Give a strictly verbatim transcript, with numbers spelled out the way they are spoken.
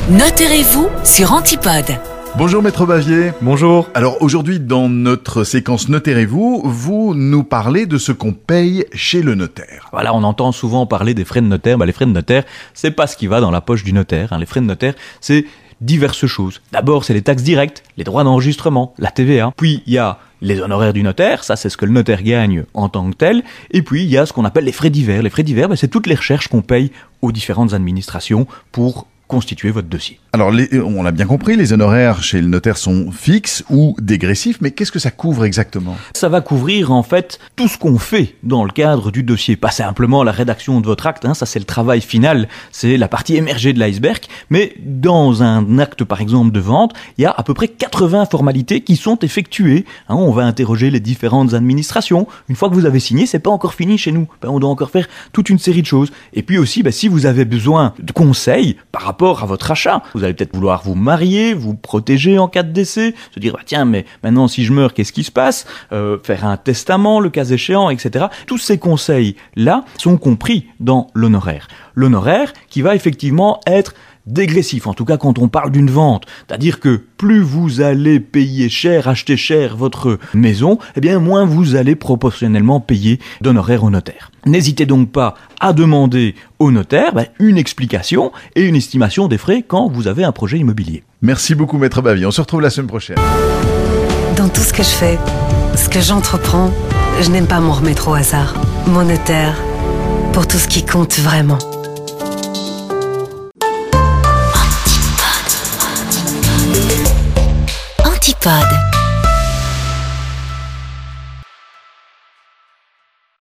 Notez-vous sur Antipode. Bonjour Maître Bavier. Bonjour. Alors aujourd'hui dans notre séquence Notez-vous, vous nous parlez de ce qu'on paye chez le notaire. Voilà, on entend souvent parler des frais de notaire. Bah, les frais de notaire, c'est pas ce qui va dans la poche du notaire. Hein. Les frais de notaire, c'est diverses choses. D'abord, c'est les taxes directes, les droits d'enregistrement, la T V A. Puis il y a les honoraires du notaire, ça c'est ce que le notaire gagne en tant que tel. Et puis il y a ce qu'on appelle les frais divers. Les frais divers, bah, c'est toutes les recherches qu'on paye aux différentes administrations pour constituer votre dossier. Alors, les, on l'a bien compris, les honoraires chez le notaire sont fixes ou dégressifs, mais qu'est-ce que ça couvre exactement ? Ça va couvrir en fait tout ce qu'on fait dans le cadre du dossier, pas simplement la rédaction de votre acte, hein, ça c'est le travail final, c'est la partie émergée de l'iceberg, mais dans un acte par exemple de vente, il y a à peu près quatre-vingts formalités qui sont effectuées. Hein, on va interroger les différentes administrations. Une fois que vous avez signé, c'est pas encore fini chez nous. Ben, on doit encore faire toute une série de choses. Et puis aussi, ben, si vous avez besoin de conseils par rapport à votre achat, vous allez peut-être vouloir vous marier, vous protéger en cas de décès, se dire bah tiens mais maintenant si je meurs qu'est-ce qui se passe, euh, faire un testament le cas échéant, et cetera. Tous ces conseils là sont compris dans l'honoraire. L'honoraire qui va effectivement être dégressif, en tout cas quand on parle d'une vente, c'est-à-dire que plus vous allez payer cher, acheter cher votre maison, eh bien moins vous allez proportionnellement payer d'honoraires au notaire. N'hésitez donc pas à demander au notaire ben, une explication et une estimation des frais quand vous avez un projet immobilier. Merci beaucoup Maître Bavier, on se retrouve la semaine prochaine. Dans tout ce que je fais, ce que j'entreprends, je n'aime pas m'en remettre au hasard. Mon notaire, pour tout ce qui compte vraiment. Antipode.